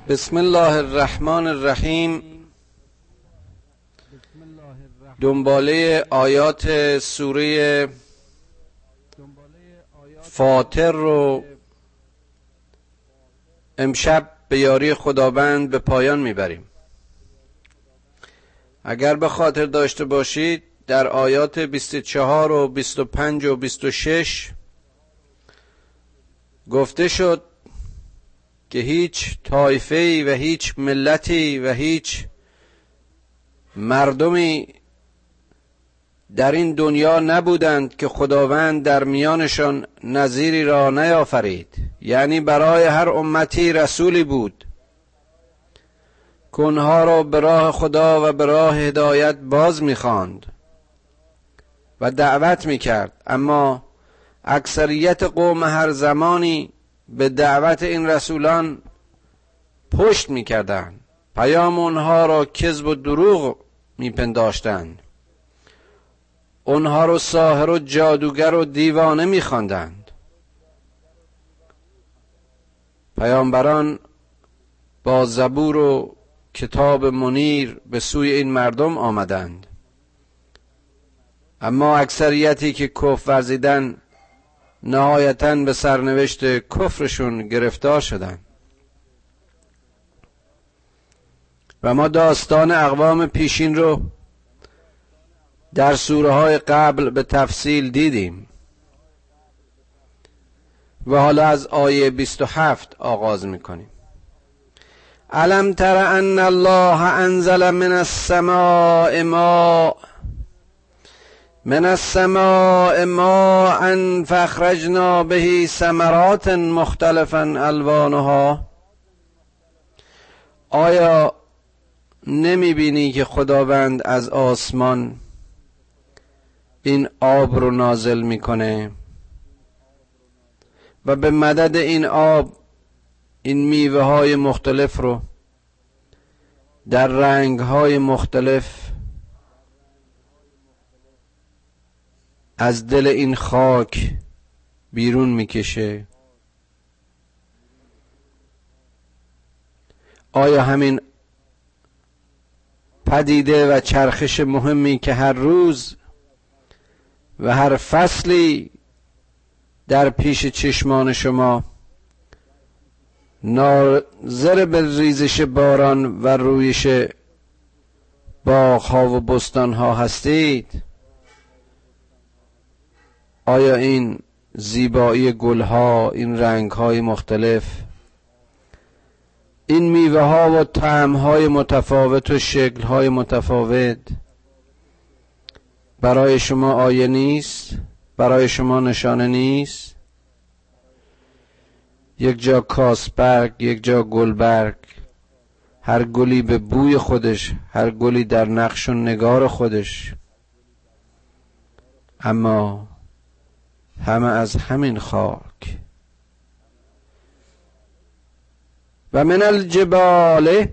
بسم الله الرحمن الرحیم. دنباله آیات سوره فاطر رو امشب به یاری خداوند به پایان میبریم. اگر به خاطر داشته باشید در آیات 24 و 25 و 26 گفته شد که هیچ طایفه‌ای و هیچ ملتی و هیچ مردمی در این دنیا نبودند که خداوند در میانشان نظیری را نیافرید. یعنی برای هر امتی رسولی بود که اونها را به راه خدا و به راه هدایت باز می‌خواند و دعوت می‌کرد، اما اکثریت قوم هر زمانی به دعوت این رسولان پشت می‌کردند، پیام اونها را کذب و دروغ می‌پنداشتند، اونها را ساحر و جادوگر و دیوانه می‌خواندند. پیامبران با زبور و کتاب منیر به سوی این مردم آمدند، اما اکثریتی که کفر ورزیدند نهایتاً به سرنوشت کفرشون گرفتار شدند. و ما داستان اقوام پیشین رو در سوره های قبل به تفصیل دیدیم و حالا از آیه 27 آغاز میکنیم. الم تر ان الله انزل من السماء ماء فاخرجنا به ثمرات مختلفا الوانها. آیا نمی بینی که خداوند از آسمان این آب رو نازل میکنه و به مدد این آب این میوه های مختلف رو در رنگ های مختلف از دل این خاک بیرون میکشه؟ آیا همین پدیده و چرخش مهمی که هر روز و هر فصلی در پیش چشمان شما ناظر به ریزش باران و رویش باغ‌ها و بستان‌ها هستید؟ آیا این زیبایی گل‌ها، این رنگ‌های مختلف، این میوه‌ها و طعم‌های متفاوت و شکل‌های متفاوت برای شما آیه نیست؟ برای شما نشانه نیست؟ یک جا کاسبرگ، یک جا گلبرگ، هر گلی به بوی خودش، هر گلی در نقش و نگار خودش، اما همه از همین خاک. و من الجبال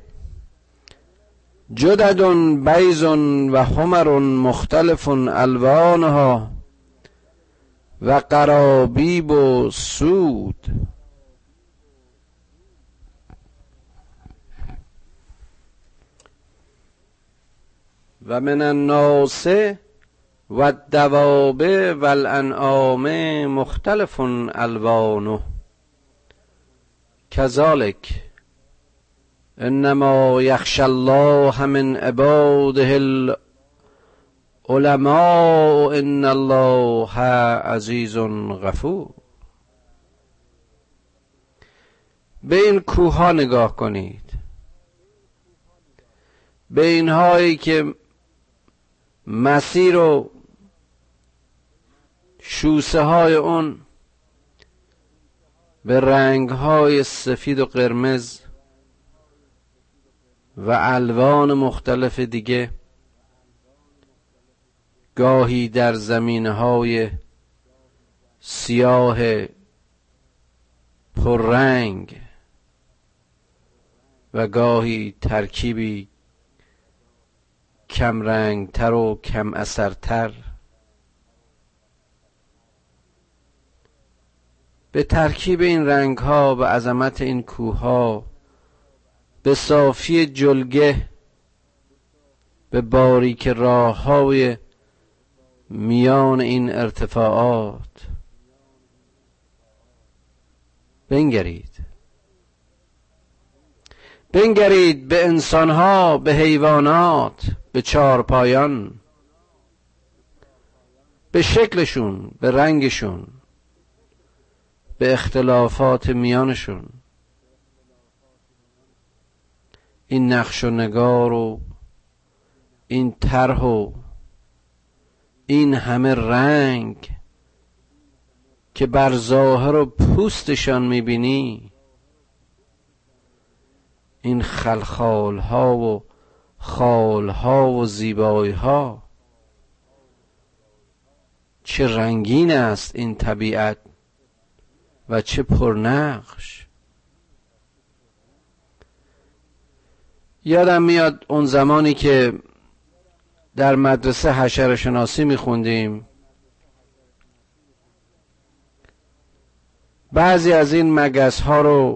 جدد بیض و حمر مختلف الوانها و غرابیب و سود. و من الناس و الدواب و الانعام مختلف الوانه کذالک انما یخشی الله من عباده العلماء ان الله عزیز غفور. به این کوه ها نگاه کنید، به اینهایی که مسیر و شوسه های اون به رنگ های سفید و قرمز و الوان مختلف دیگه، گاهی در زمینه های سیاه پررنگ و گاهی ترکیبی کم رنگ تر و کم اثرتر. به ترکیب این رنگ ها و عظمت این کوه ها به صافی جلگه، به باریک راه‌های میان این ارتفاعات بنگرید. بنگرید به انسانها، به حیوانات، به چارپایان، به شکلشون، به رنگشون، به اختلافات میانشون. این نقش و نگار و این طرح و این همه رنگ که بر ظاهر و پوستشان میبینی، این خلخال ها و خال ها و زیبایی ها، چه رنگین است این طبیعت و چه پرنقش. یادم میاد اون زمانی که در مدرسه حشره شناسی میخوندیم، بعضی از این مگس ها رو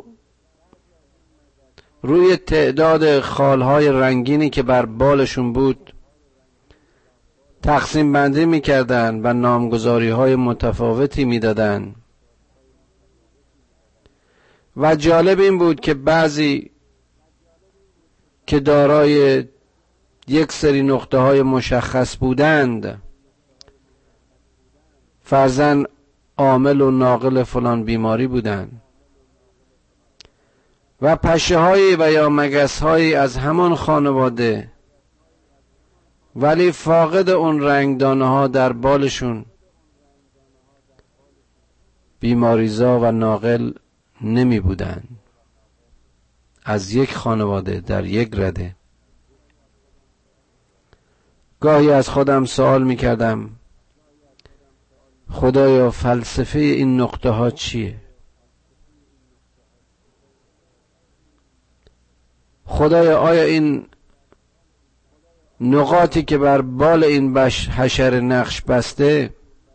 روی تعداد خالهای رنگینی که بر بالشون بود تقسیم بندی میکردن و نامگذاری های متفاوتی میدادن و جالب این بود که بعضی که دارای یک سری نقطه های مشخص بودند، فرضاً عامل و ناقل فلان بیماری بودند، و پشه هایی و یا مگس هایی از همان خانواده ولی فاقد اون رنگدانه ها در بالشون بیماریزا و ناقل نمی بودند، از یک خانواده در یک رده. گاهی از خودم سوال می کردم خدایا فلسفه این نقطه ها چیه؟ خدایا آیا این نقاطی که بر بال این حشره نقش بسته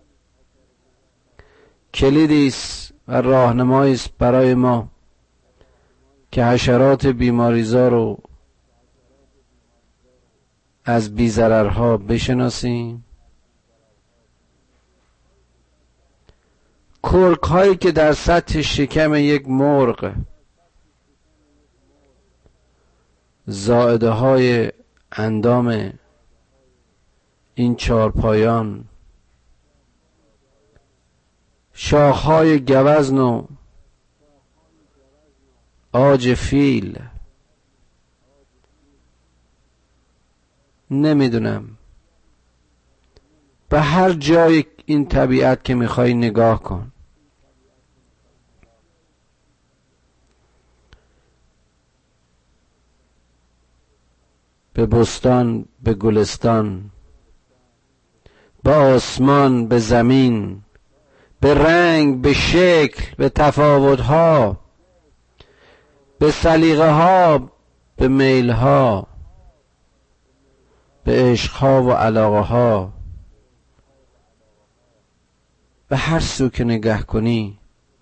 کلیدی است و راهنمایی است برای ما که حشرات بیماریزا رو از بی‌ضررها بشناسیم؟ کرک هایی که در سطح شکم یک مرغ، زائده های اندام این چارپایان، شاخهای گوزن و عاج فیل، نمیدونم، به هر جای این طبیعت که میخوای نگاه کن. به بستان، به گلستان، به آسمان، به زمین، به رنگ، به شکل، به تفاوت‌ها، به سلیقه‌ها، به میل‌ها، به عشق‌ها و علاقه‌ها. به هر سو که نگاه کنی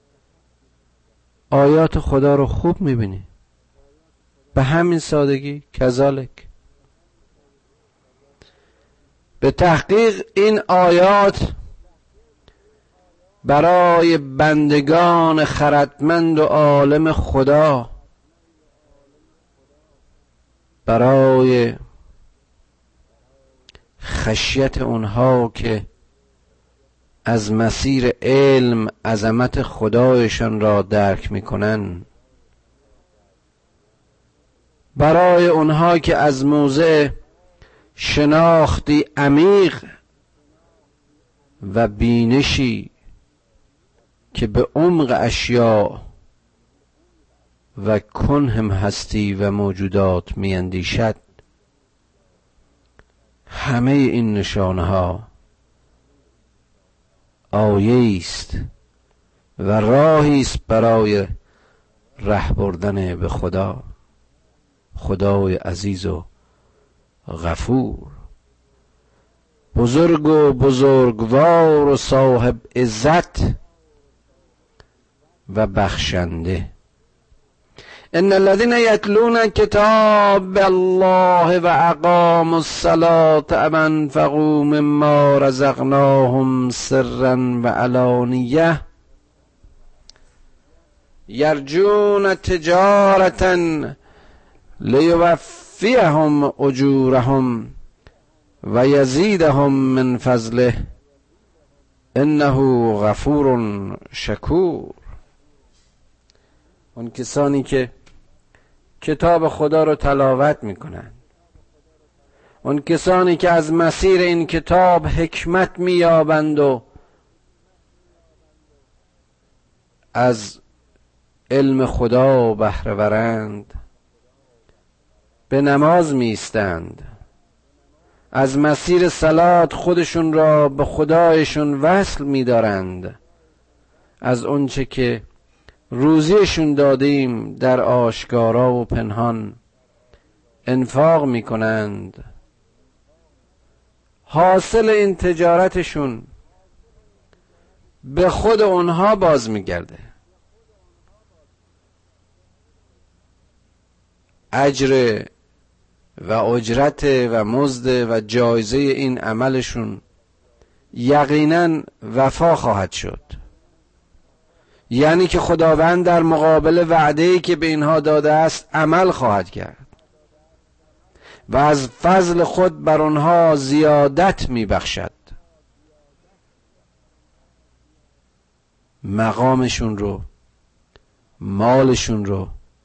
آیات خدا رو خوب می‌بینی. به همین سادگی. کذالک به تحقیق این آیات برای بندگان خردمند و عالم خدا، برای خشیت اونها که از مسیر علم عظمت خدایشان را درک میکنن، برای اونها که از موضع شناختی عمیق و بینشی که به عمق اشیاء و کنه هستی و موجودات میاندیشد، همه این نشانه ها آیه است و راهی است برای ره بردن به خدا، خدای عزیز و غفور، بزرگ و بزرگوار و صاحب عزت و بخشنده. ان الذين يتلون كتاب الله واقاموا الصلاة وانفقوا مما رزقناهم سرا وعلانیة یرجون تجارة لیوفیهم اجورهم و یزیدهم من فضله انه غفور شکور. اون کسانی که کتاب خدا رو تلاوت میکنند، اون کسانی که از مسیر این کتاب حکمت مییابند و از علم خدا بهره برند، به نماز میایستند، از مسیر صلات خودشون را به خدایشون وصل می‌دارند، از اونچه که روزیشون دادیم در آشکارا و پنهان انفاق می‌کنند، حاصل این تجارتشون به خود اونها باز می‌گرده. اجر و اجرت و مزد و جایزه این عملشون یقینا وفا خواهد شد. یعنی که خداوند در مقابل وعده‌ای که به اینها داده است عمل خواهد کرد و از فضل خود بر آنها زیادت میبخشد، مقامشون رو، مالشون رو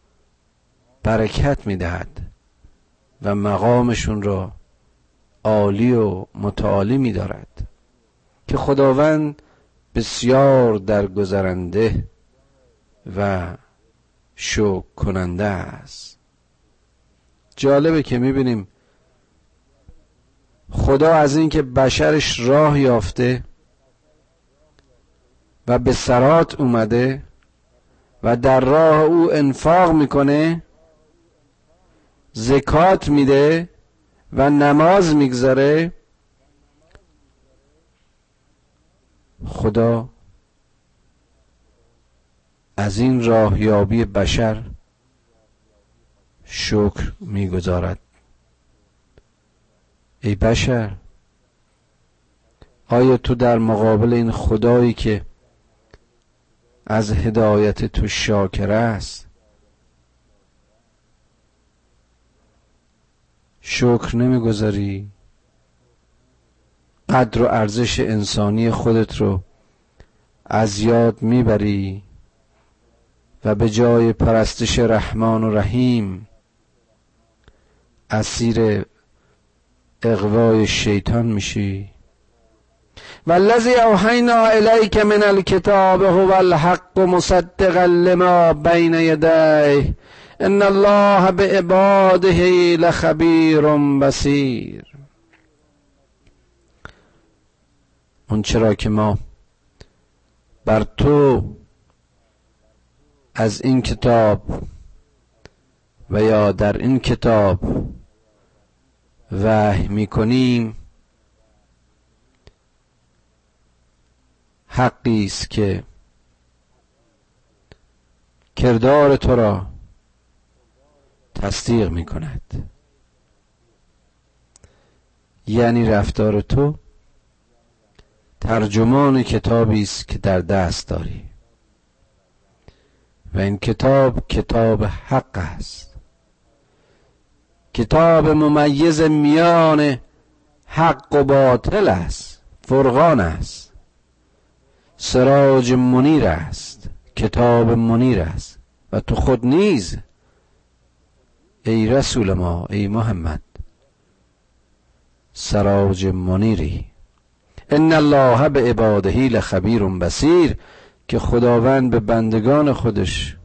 برکت میدهد و مقامشون را عالی و متعالی می‌دارد که خداوند بسیار درگذرنده و شکر کننده است. جالبه که می‌بینیم خدا از این که بشرش راه یافته و به صراط اومده و در راه او انفاق میکنه، زکات میده و نماز میگذاره، خدا از این راهیابی بشر شکر میگذارد. ای بشر، آیا تو در مقابل این خدایی که از هدایت تو شاکر است شکر نمیگذاری؟ قدر و ارزش انسانی خودت رو از یاد میبری و به جای پرستش رحمان و رحیم اسیر اغوای شیطان میشی؟ والذی اوحینا الیک من الکتاب هو الحق مصدقا لما بین یدیه ان الله بعباده لخبیر بصیر. اون چرا که ما بر تو از این کتاب و یا در این کتاب وحی میکنیم حقی است که کردار تو را تصدیق میکند. یعنی رفتار تو ترجمان کتابی است که در دست داری و این کتاب کتاب حق است، کتاب ممیز میان حق و باطل است، فرقان است، سراج منیر است، کتاب منیر است. و تو خود نیز ای رسول ما، ای محمد، سراج منیری. ان الله بعباده لخبیر بصیر، که خداوند به بندگان خودش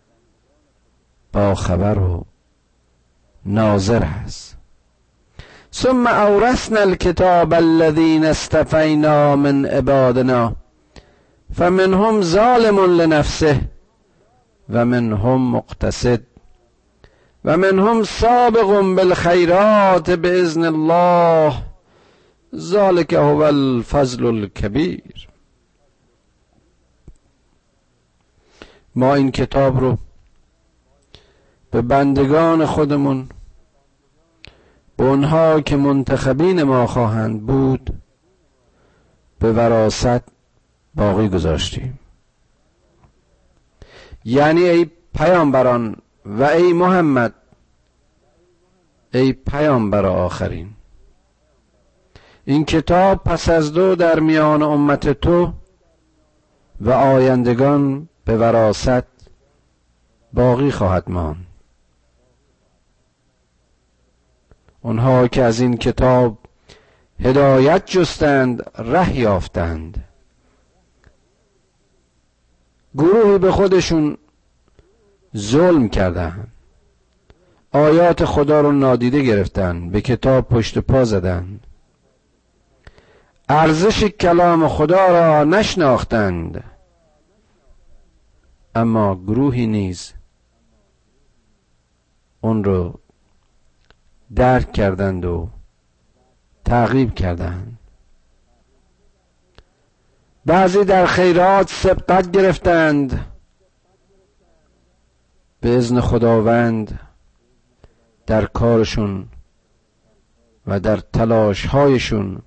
با خبر و ناظر است. ثم اورثنا الكتاب الذين اصطفینا من عبادنا فمنهم ظالم لنفسه و منهم مقتصد و منهم سابق بالخیرات باذن الله ذلك هو الفضل الکبیر. ما این کتاب رو به بندگان خودمون، به اونها که منتخبین ما خواهند بود، به وراثت باقی گذاشتیم. یعنی ای پیامبران و ای محمد، ای پیامبر آخرین، این کتاب پس از تو در میان امت تو و آیندگان به وراثت باقی خواهد ماند. اونها که از این کتاب هدایت جستند ره یافتند. گروهی به خودشون ظلم کردند، آیات خدا رو نادیده گرفتند، به کتاب پشت پا زدند، ارزش کلام خدا را نشناختند. اما گروهی نیز اون رو درک کردند و تعقیب کردند. بعضی در خیرات سبقت گرفتند، به اذن خداوند در کارشون و در تلاش‌هایشون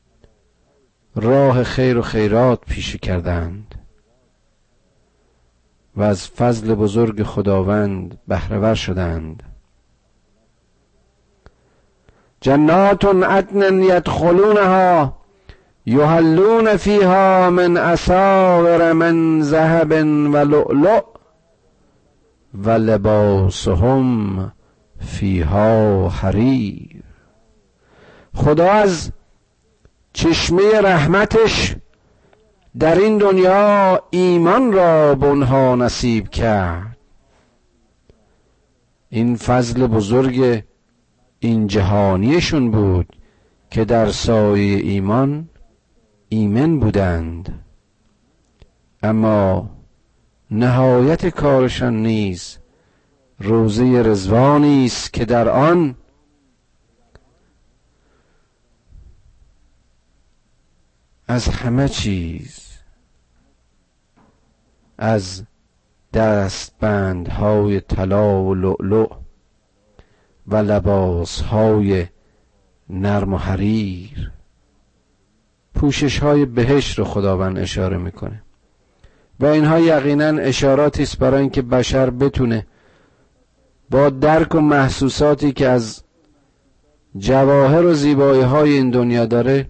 راه خیر و خیرات پیشه کردند و از فضل بزرگ خداوند بهره ور شدند. جنات عدن يدخلونها يحلون فيها من أساور من ذهب ولؤلؤ ولباسهم فيها حرير. خدا از چشمه رحمتش در این دنیا ایمان را به اونها نصیب کرد. این فضل بزرگ این جهانیشون بود که در سایه ایمن بودند. اما نهایت کارشان نیز روضه رضوانی است که در آن از همه چیز، از دستبندهای طلا و لؤلؤ و لباسهای نرم و حریر، پوشش‌های بهشت رو خداوند اشاره میکنه و اینها یقینا اشاراتی است برای اینکه بشر بتونه با درک و محسوساتی که از جواهر و زیبایی‌های این دنیا داره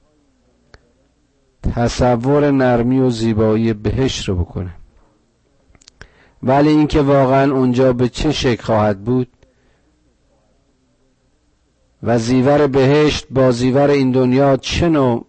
تصور نرمی و زیبایی بهشت رو بکنه. ولی اینکه واقعا اونجا به چه شکل خواهد بود و زیور بهشت با زیور این دنیا چه نوع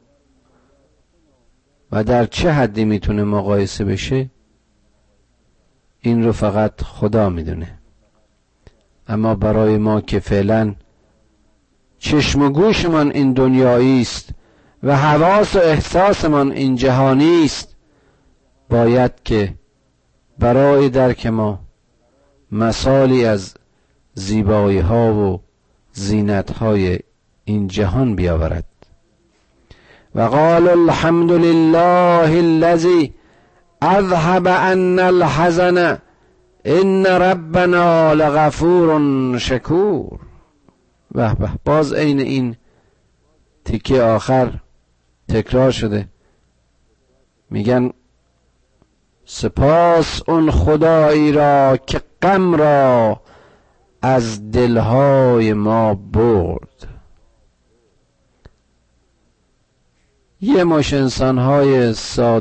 و در چه حدی میتونه مقایسه بشه، این رو فقط خدا میدونه. اما برای ما که فعلا چشم و گوشمان این دنیایی است و حواس و احساسمان این جهانی است، باید که برای درک ما مثالی از زیبایی ها و زینت های این جهان بیاورد. و قال الحمد لله الذي اذهب عنا الحزن ان ربنا لغفور شکور. به به، باز عین این تیکه آخر تکرار شده. میگن سپاس اون خدایی را که غم را از دلهای ما برد. یه مش انسانهای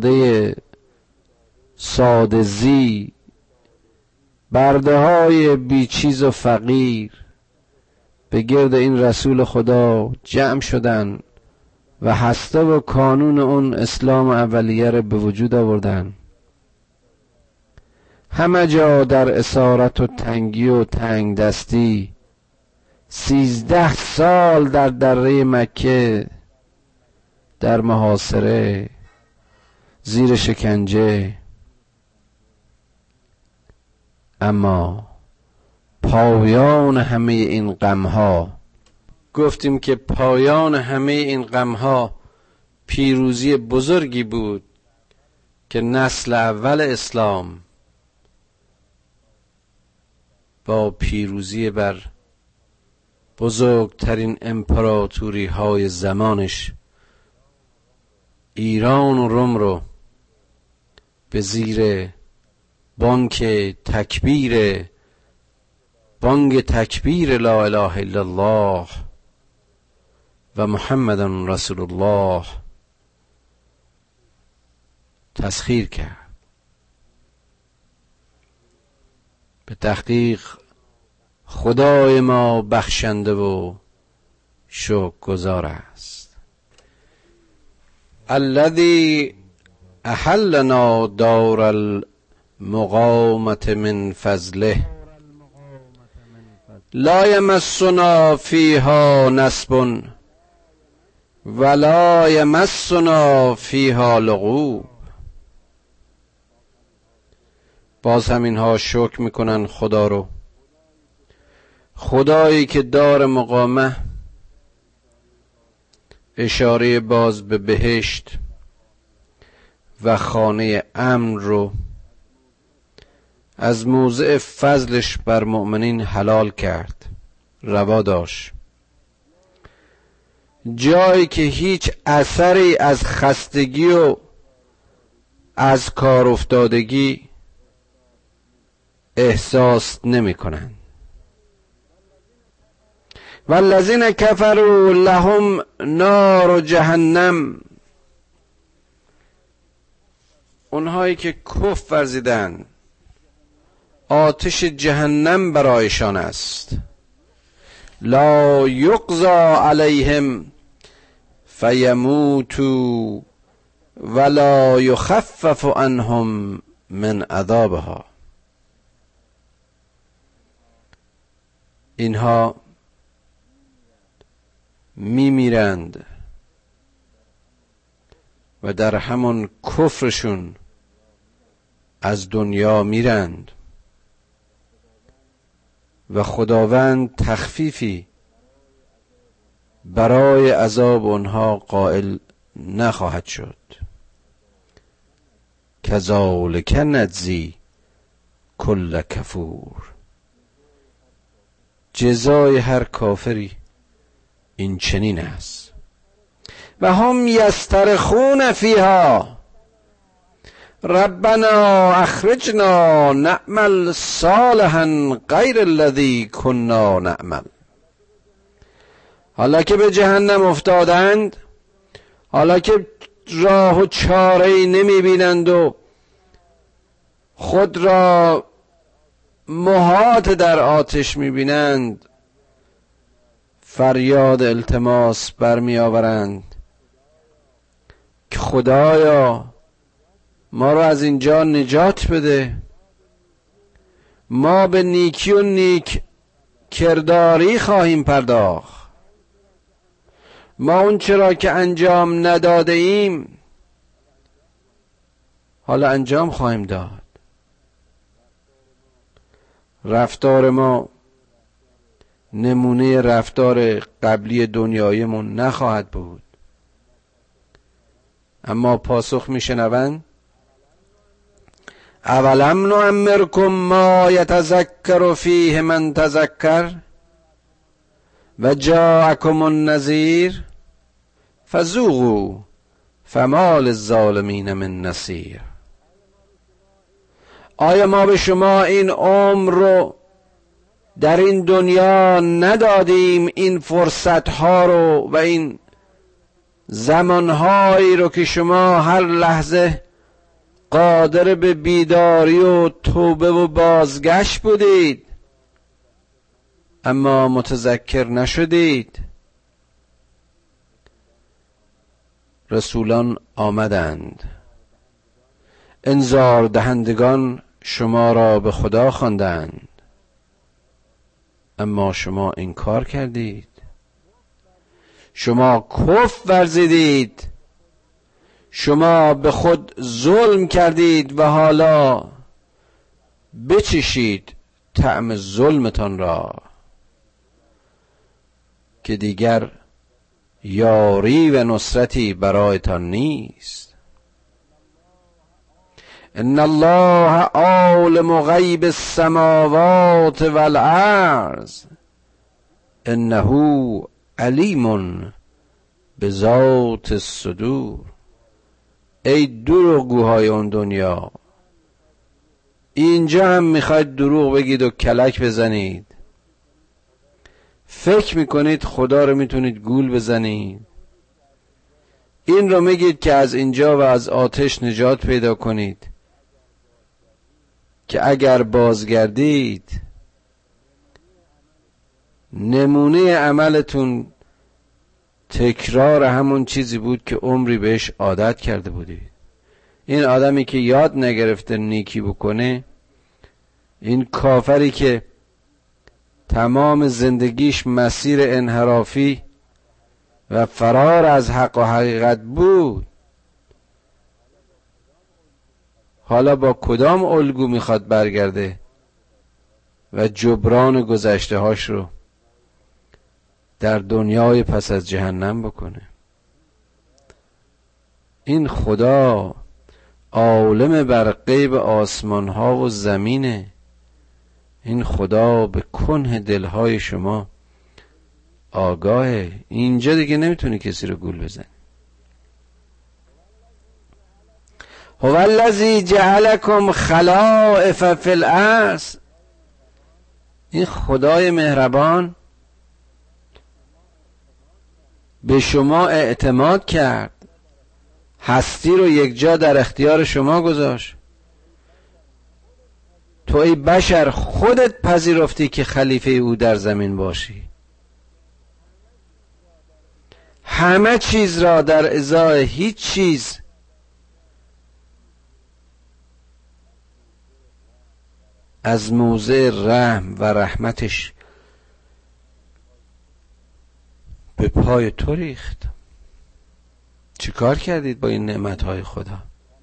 ساده زی، برده های بیچیز و فقیر به گرد این رسول خدا جمع شدن و هسته و کانون اون اسلام اولیه رو به وجود آوردن. همه جا در اسارت و تنگی و تنگ دستی 13 سال در دره مکه در محاصره، زیر شکنجه. اما پایان همه این غمها، گفتیم که پایان همه این غمها پیروزی بزرگی بود که نسل اول اسلام با پیروزی بر بزرگترین امپراتوری های زمانش ایران و روم رو به زیر بانگ تکبیر لا اله الا الله و محمد رسول الله تسخیر کرد. به تحقیق خدای ما بخشنده و شکرگزار است. الذی احلنا دار المقامة من فضله لا یمسنا فیها نصب ولا یمسنا فیها لغوب. باز هم اینها شکر میکنن خدا رو، خدایی که دار مقامه اشاره باز به بهشت و خانه امن رو از موضع فضلش بر مؤمنین حلال کرد، روا داشت. جایی که هیچ اثری از خستگی و از کار افتادگی احساس نمی کنند. والذین کفروا لهم نار جهنم. اونهایی که کفر ورزیدند آتش جهنم برایشان است. لا یقضی علیهم فیموتوا ولا یخفف عنهم من عذابها. اینها میمیرند و در همان کفرشون از دنیا میرند و خداوند تخفیفی برای عذاب آنها قائل نخواهد شد. کذالک نجزی کل کفور. جزای هر کافری این چنین است. و هم یسترخون فیها ربنا اخرجنا نعمل صالحا غیر الذی کنا نعمل. حالا که به جهنم افتادند، حالا که راه و چاره‌ای نمی‌بینند و خود را محاط در آتش می‌بینند، فریاد التماس برمی آورند که خدایا ما را از اینجا نجات بده، ما به نیکی و نیک کرداری خواهیم پرداخت، ما اون چرا که انجام نداده ایم حالا انجام خواهیم داد. رفتار ما نمونه رفتار قبلی دنیایمون نخواهد بود. اما پاسخ میشنوند اولم نعمرکم ما یتذکر فیه من تذکر و جاءکم النذیر فذوقوا فما للظالمین من نصیر. آیا ما به شما این عمر رو در این دنیا ندادیم، این فرصتها رو و این زمانهایی رو که شما هر لحظه قادر به بیداری و توبه و بازگشت بودید اما متذکر نشدید؟ رسولان آمدند، انذار دهندگان شما را به خدا خواندند، اما شما انکار کردید، شما کفر ورزیدید، شما به خود ظلم کردید و حالا بچشید طعم ظلمتان را که دیگر یاری و نصرتی برایتان نیست. ان الله عالم غیب السماوات والارض انه علیم بذات الصدور. ای دروغگوهای اون دنیا، اینجا هم میخواید دروغ بگید و کلک بزنید، فکر میکنید خدا رو میتونید گول بزنید، این رو میگید که از اینجا و از آتش نجات پیدا کنید، که اگر بازگردید نمونه عملتون تکرار همون چیزی بود که عمری بهش عادت کرده بودید. این آدمی که یاد نگرفته نیکی بکنه، این کافری که تمام زندگیش مسیر انحرافی و فرار از حق و حقیقت بود، حالا با کدام الگو میخواد برگرده و جبران گذشته هاش رو در دنیای پس از جهنم بکنه؟ این خدا عالم بر غیب آسمان ها و زمینه. این خدا به کنه دلهای شما آگاهه. اینجا دیگه نمیتونی کسی رو گول بزنی. هو الذی جعلکم خلائف فی الارض. این خدای مهربان به شما اعتماد کرد، هستی رو یک جا در اختیار شما گذاشت. تو ای بشر خودت پذیرفتی که خلیفه او در زمین باشی، همه چیز را در ازای هیچ چیز از موضع رحم و رحمتش به پای تو ریخت. چی کار کردید با این نعمتهای خدا؟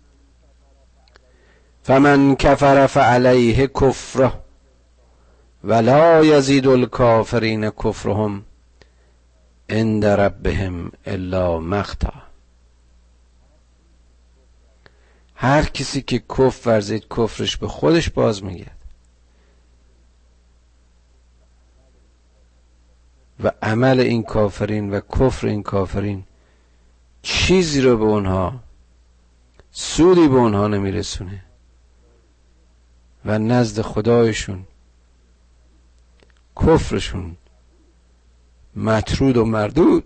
فمن کفر فعلیه کفره ولا یزید الکافرین کفرهم عند ربهم الا مقتا. هر کسی که کفر ورزید کفرش به خودش باز میگرد و عمل این کافرین و کفر این کافرین چیزی رو به اونها، سودی به اونها نمیرسونه و نزد خدایشون کفرشون مطرود و مردود.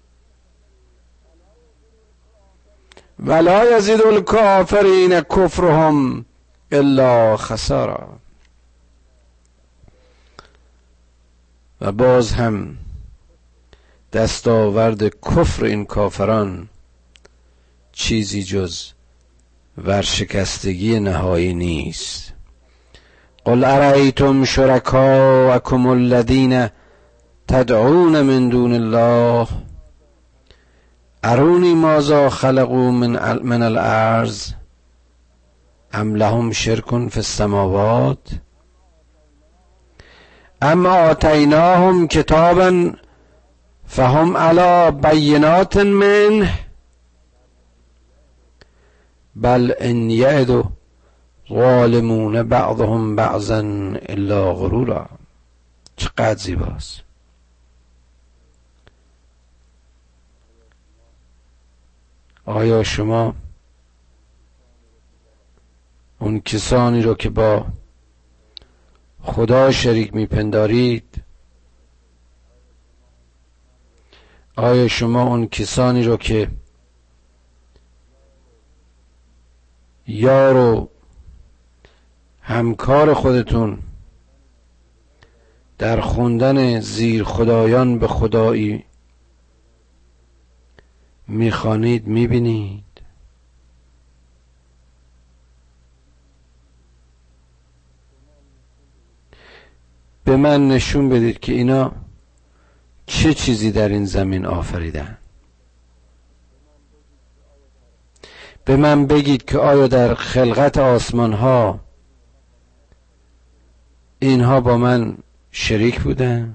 ولا یزید الکافرین کفرهم الا خسارا. و باز هم دستاورد کفر این کافران چیزی جز ورشکستگی نهایی نیست. قل ارایتم شرکاءکم الذین تدعون من دون الله ارونی ماذا خلقوا من الارض ام لهم شرک فی السماوات ام آتیناهم کتابا فهم علی بینات منه بل ان یعد ظالمون بعضهم بعضا الا غرورا. چقدر زیباست. آیا شما اون کسانی رو که با خدا شریک میپندارید، آیا شما اون کسانی رو که یار و همکار خودتون در خوندن زیر خدایان به خدایی میخوانید میبینید؟ به من نشون بدید که اینا چه چیزی در این زمین آفریدن. به من بگید که آیا در خلقت آسمان ها اینها با من شریک بودن؟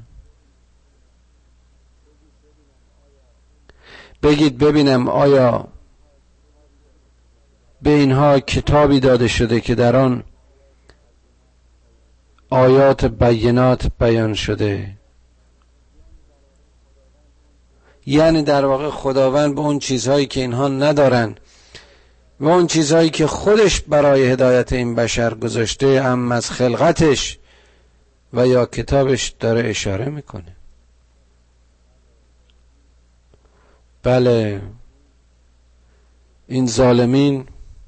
بگید ببینم آیا به اینها کتابی داده شده که در آن آیات بینات بیان شده. یعنی در واقع خداوند به اون چیزهایی که اینها ندارن و اون چیزهایی که خودش برای هدایت این بشر گذاشته اما از خلقتش و یا کتابش داره اشاره میکنه. بله، این ظالمین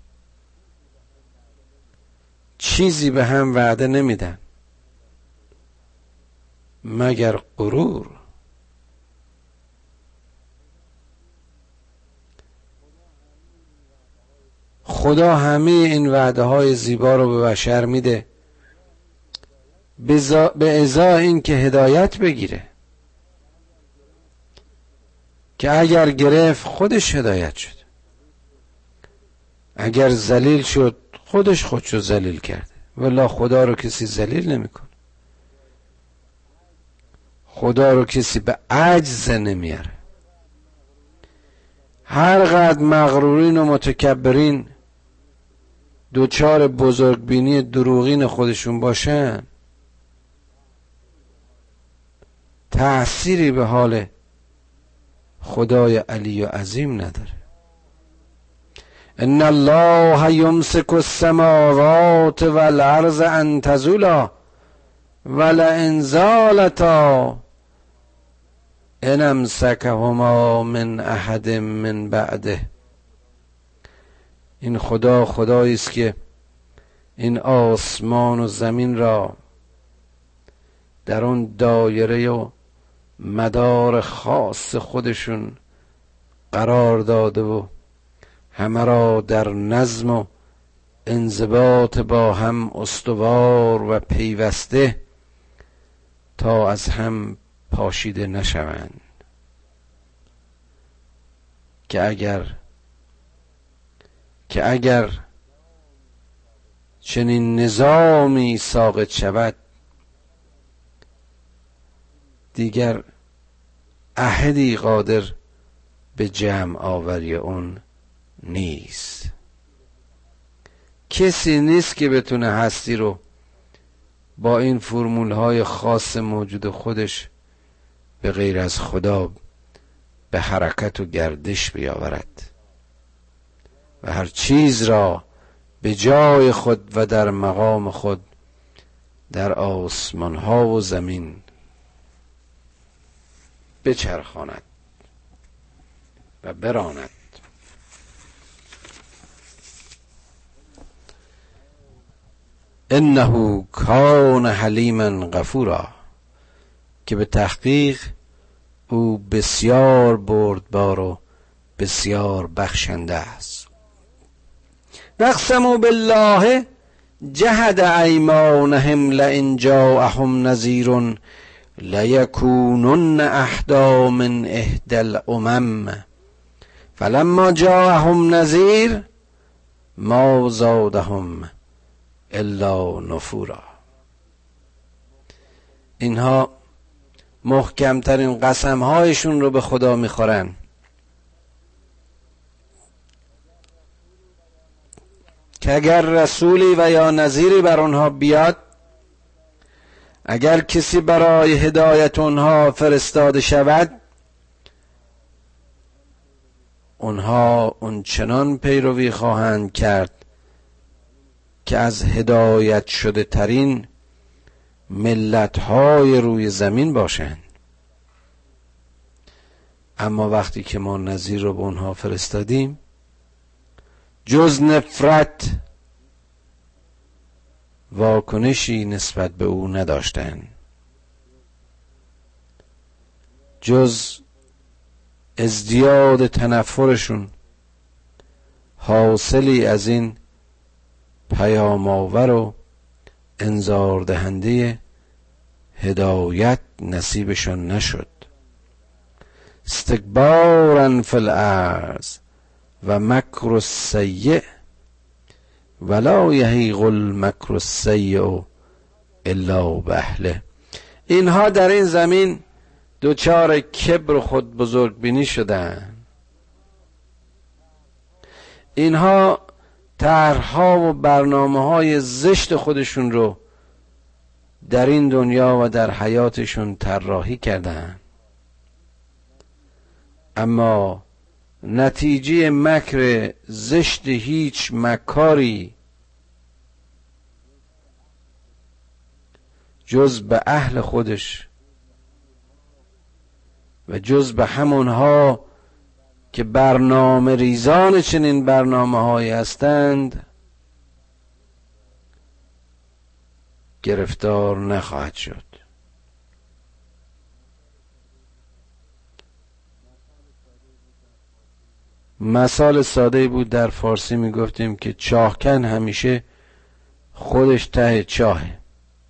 چیزی به هم وعده نمیدن مگر غرور. خدا همه این وعده های زیبا رو به بشر میده به ازای این که هدایت بگیره، که اگر گرفت خودش هدایت شد، اگر ذلیل شد خودشو ذلیل کرده. والله خدا رو کسی ذلیل نمیکنه، خدا رو کسی به عجز نمیاره. هر قدر مغرورین و متکبرین دوچار بزرگبینی دروغین خودشون باشن، تأثیری به حال خدای علی و عظیم نداره. ان الله یمسک السماوات والارض ان تزولا ولئن زالتا ان امسکهما من احد من بعده. این خدا خدایی است که این آسمان و زمین را در اون دایره و مدار خاص خودشون قرار داده و همه را در نظم و انضباط با هم استوار و پیوسته تا از هم پاشیده نشوند، که اگر چنین نظامی ساقط شود دیگر احدی قادر به جمع آوری اون نیست. کسی نیست که بتونه هستی رو با این فرمول های خاص موجود خودش به غیر از خدا به حرکت و گردش بیاورد و هر چیز را به جای خود و در مقام خود در آسمان ها و زمین بچرخاند و براند. انه کان حلیما غفورا، که به تحقیق او بسیار بردبار و بسیار بخشنده است. واقسموا بالله جهد ایمانهم لئن جاءهم نذیر لیکونن اهدی من احدی الامم فلما جاءهم نذیر ما زادهم الا نفورا. اینها محکمترین قسمهایشون رو به خدا میخورن که اگر رسولی و یا نذیری بر آنها بیاد، اگر کسی برای هدایت آنها فرستاده شود، آنها اونچنان پیروی خواهند کرد که از هدایت شده ترین ملت‌های روی زمین باشند. اما وقتی که ما نذیر رو به اونها فرستادیم، جز نفرت واکنشی نسبت به او نداشتند، جز ازدیاد تنفرشون حاصلی از این پیام آور و انذار دهنده هدایت نصیبشان نشد. استکبارا فی الارض و مکر السیء ولا یحیق المکر السیء الا باهله. اینها در این زمین دوچار کبر و خود بزرگ بینی شدن. اینها طرح‌ها و برنامه‌های زشت خودشون رو در این دنیا و در حیاتشون طراحی کردن، اما نتیجه مکر زشت هیچ مکاری جز به اهل خودش و جز به همونها که برنامه ریزان چنین برنامه هایی هستند گرفتار نخواهد شد. مثال ساده بود در فارسی می گفتیم که چاهکن همیشه خودش ته چاهه.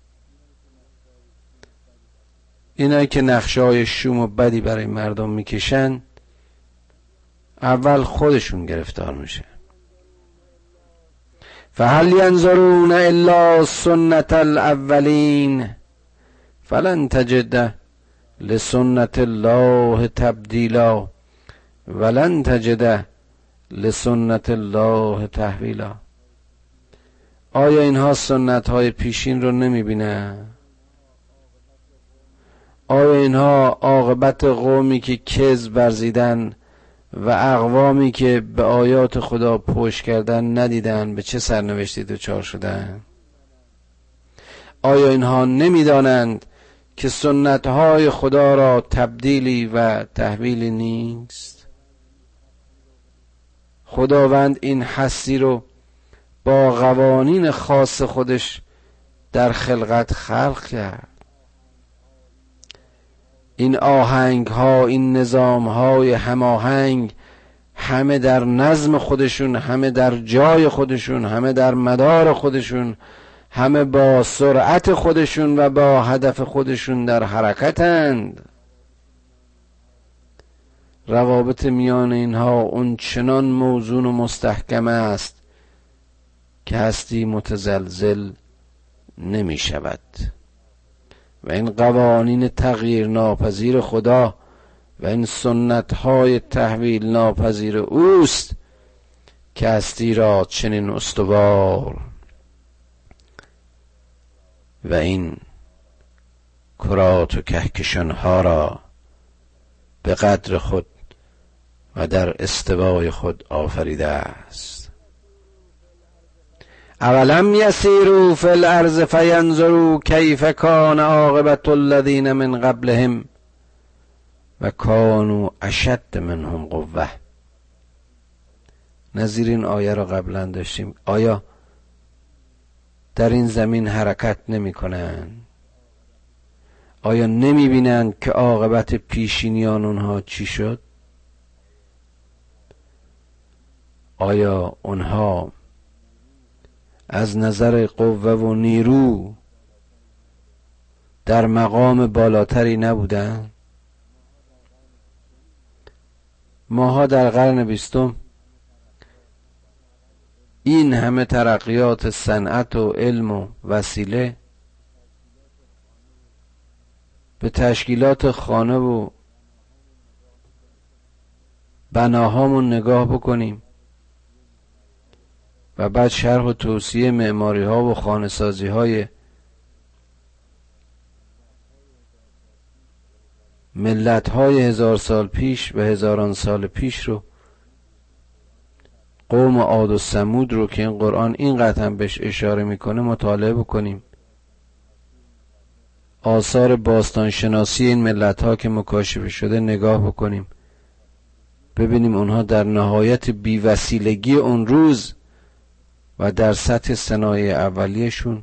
اینایی که نقشه‌های شوم و بدی برای مردم میکشن اول خودشون گرفتار میشه. فهل ینظرون الا سنت الاولین فلن تجد لسنت الله تبدیلا ولن تجد لسنت الله تحویلا. آیا اینها سنت های پیشین رو نمیبینن؟ آیا اینها عاقبت قومی که کذب ورزیدن و اقوامی که به آیات خدا پشت کردن ندیدن به چه سرنوشتی دچار شدن؟ آیا اینها نمیدانند که سنتهای خدا را تبدیلی و تحویلی نیست؟ خداوند این هستی رو با قوانین خاص خودش در خلقت خلق کرد. این آهنگ ها، این نظام های هماهنگ، همه در نظم خودشون، همه در جای خودشون، همه در مدار خودشون، همه با سرعت خودشون و با هدف خودشون در حرکتند. روابط میان اینها اون چنان موزون و مستحکم است که هستی متزلزل نمی شود و این قوانین تغییر ناپذیر خدا و این سنت های تحویل ناپذیر اوست که هستی را چنین استوار و این کرات و کهکشان ها را به قدر خود و در استوای خود آفریده است. اولم یسیروا فی الارض فینظروا کیف کان عاقبة الذین من قبلهم و کانوا اشد منهم قوة. نظیر این آیه را قبلا داشتیم. آیا در این زمین حرکت نمی کنند؟ آیا نمی بینند که عاقبت پیشینیان اونها چی شد؟ آیا اونها از نظر قوه و نیرو در مقام بالاتری نبودند؟ ماها در قرن 20 این همه ترقیات صنعت و علم و وسیله به تشکیلات خانه و بناهامون نگاه بکنیم و بعد شرح و توصیه معماری ها و خانه سازی های ملت های 1000 سال پیش و هزاران سال پیش رو، قوم عاد و ثمود رو که این قرآن اینقدر هم بهش اشاره میکنه مطالعه بکنیم. آثار باستانشناسی این ملت ها که مکاشفه شده نگاه بکنیم، ببینیم اونها در نهایت بی‌وسیلگی اون روز و در سطح صنایع اولیه‌شون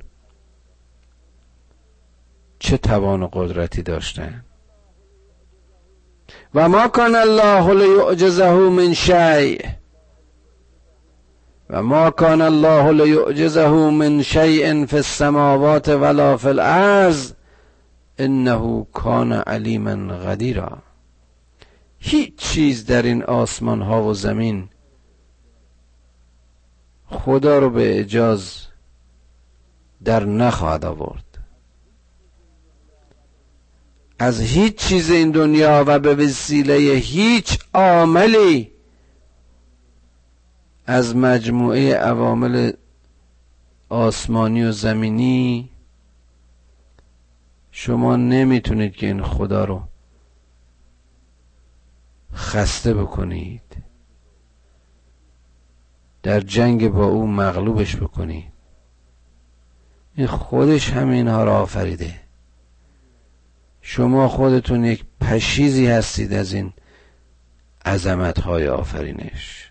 چه توان و قدرتی داشتن. و ما کان الله لیعجزه من شیء و ما کان الله لیعجزه من شیء فی السماوات ولا فی الارض انه کان علیما قدیرا. هیچ چیز در این آسمان ها و زمین خدا رو به اعجاز در نخواهد آورد. از هیچ چیز این دنیا و به وسیله هیچ عاملی از مجموعه عوامل آسمانی و زمینی شما نمیتونید که این خدا رو خسته بکنید، در جنگ با او مغلوبش بکنید. این خودش همینها را آفریده. شما خودتون یک پشیزی هستید از این عظمت‌های آفرینش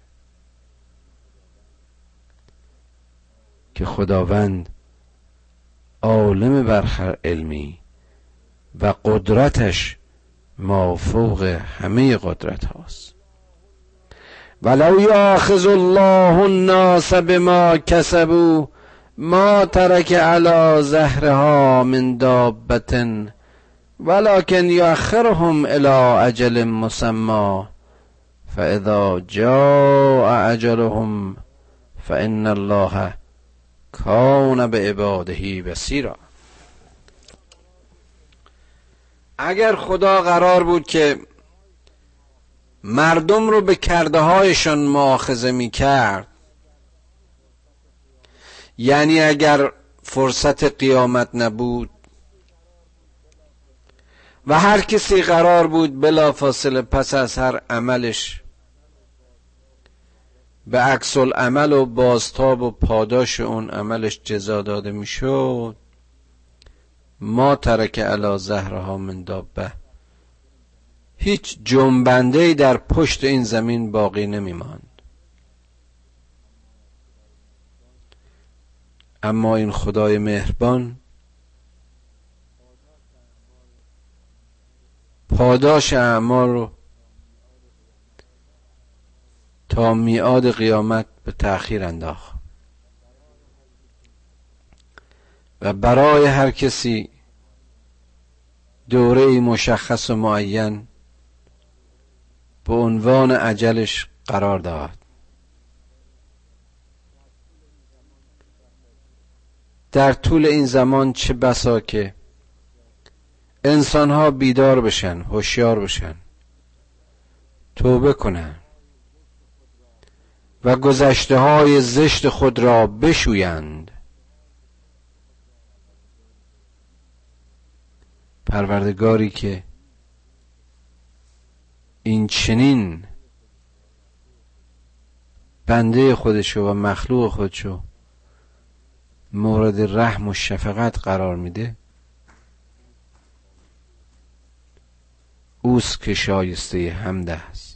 که خداوند عالم برخر علمی و قدرتش مافوق همه قدرت هاست. ولو یاخذ الله الناس بما کسبوا ما ترک علی ظهرها من دابة ولكن یؤخرهم الی اجل مسمى فاذا جاء اجلهم فان الله کان بعباده بصیرا. اگر خدا قرار بود که مردم رو به کرده هایشان مؤاخذه می کرد، یعنی اگر فرصت قیامت نبود و هر کسی قرار بود بلافاصله پس از هر عملش به عکس العمل و بازتاب و پاداش اون عملش جزا داده می شد، ما ترک علی ظهرها من دابه، هیچ جنبنده‌ای در پشت این زمین باقی نمی ماند. اما این خدای مهربان پاداش اعمال رو تا میعاد قیامت به تأخیر انداخت و برای هر کسی دوره مشخص و معین به عنوان اجلش قرار داد. در طول این زمان چه بسا که انسان‌ها بیدار بشن، هوشیار بشن، توبه کنن و گذشته‌های زشت خود را بشویند. پروردگاری که این چنین بنده خودشو و مخلوق خودشو مورد رحم و شفقت قرار میده، اوست که شایسته حمد است.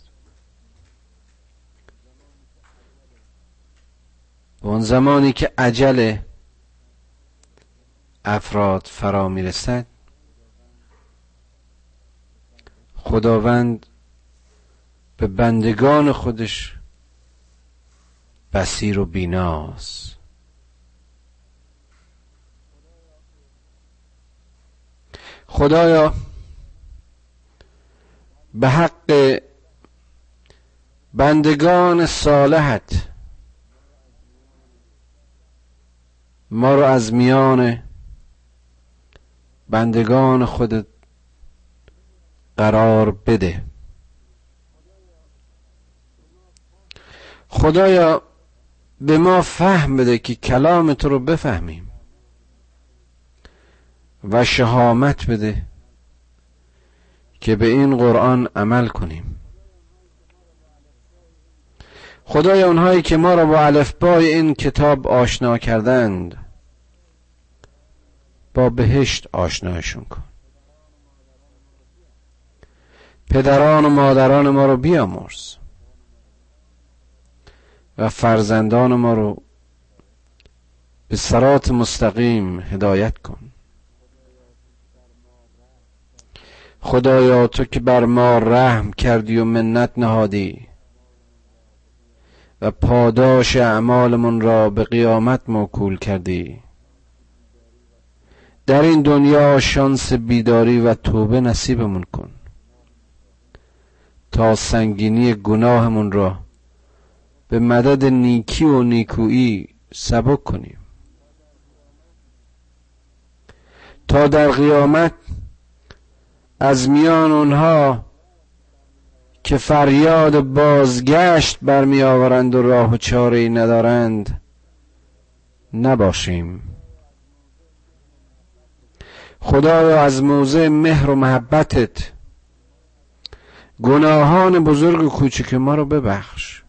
و اون زمانی که اجل افراد فرا میرسد، خداوند به بندگان خودش بصیر و بیناست. خدایا به حق بندگان صالحت ما رو از میان بندگان خودت قرار بده. خدایا به ما فهم بده که کلام تو رو بفهمیم و شهامت بده که به این قرآن عمل کنیم. خدایا اونهایی که ما را با الفبای این کتاب آشنا کردند با بهشت آشناشون کن. پدران و مادران ما رو بیامرز و فرزندان ما رو به صراط مستقیم هدایت کن. خدایا تو که بر ما رحم کردی و منت نهادی و پاداش اعمالمون را به قیامت موکول کردی، در این دنیا شانس بیداری و توبه نصیبمون کن تا سنگینی گناهمون را به مدد نیکی و نیکویی سبک کنیم، تا در قیامت از میان اونها که فریاد بازگشت برمی آورند و راه و چاره‌ای ندارند نباشیم. خدایا از موضع مهر و محبتت گناهان بزرگ و کوچک ما رو ببخش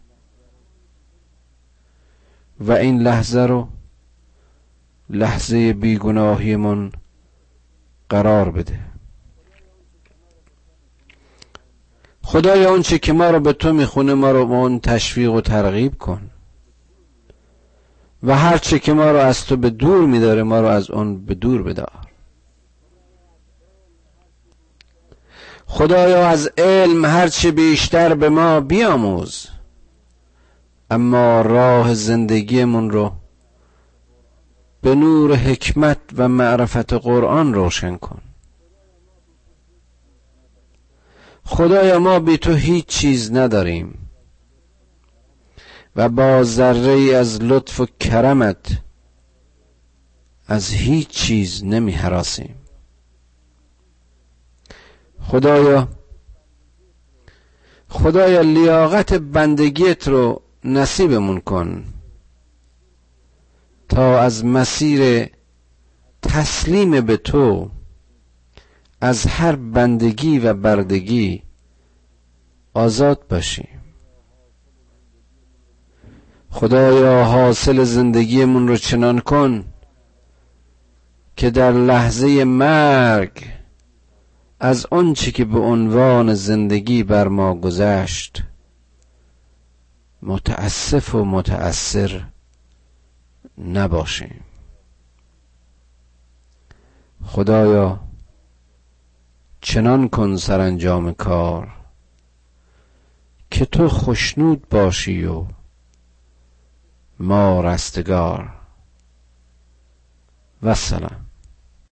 و این لحظه رو لحظه بیگناهیمون قرار بده. خدایا اون چه که ما رو به تو میخونه ما رو اون تشویق و ترغیب کن و هر چه که ما رو از تو به دور میداره ما رو از اون به دور بدار. خدایا از علم هر چه بیشتر به ما بیاموز، اما راه زندگیمون رو به نور حکمت و معرفت قرآن روشن کن. خدایا ما بی تو هیچ چیز نداریم و با ذره ای از لطف و کرمت از هیچ چیز نمی هراسیم. خدایا لیاقت بندگیت رو نصیبمون کن تا از مسیر تسلیم به تو از هر بندگی و بردگی آزاد باشیم. خدایا حاصل زندگیمون رو چنان کن که در لحظه مرگ از اون چی که به عنوان زندگی بر ما گذشت متاسف و متأثر نباشیم. خدایا چنان کن سرانجام کار که تو خوشنود باشی و ما رستگار. و السلام.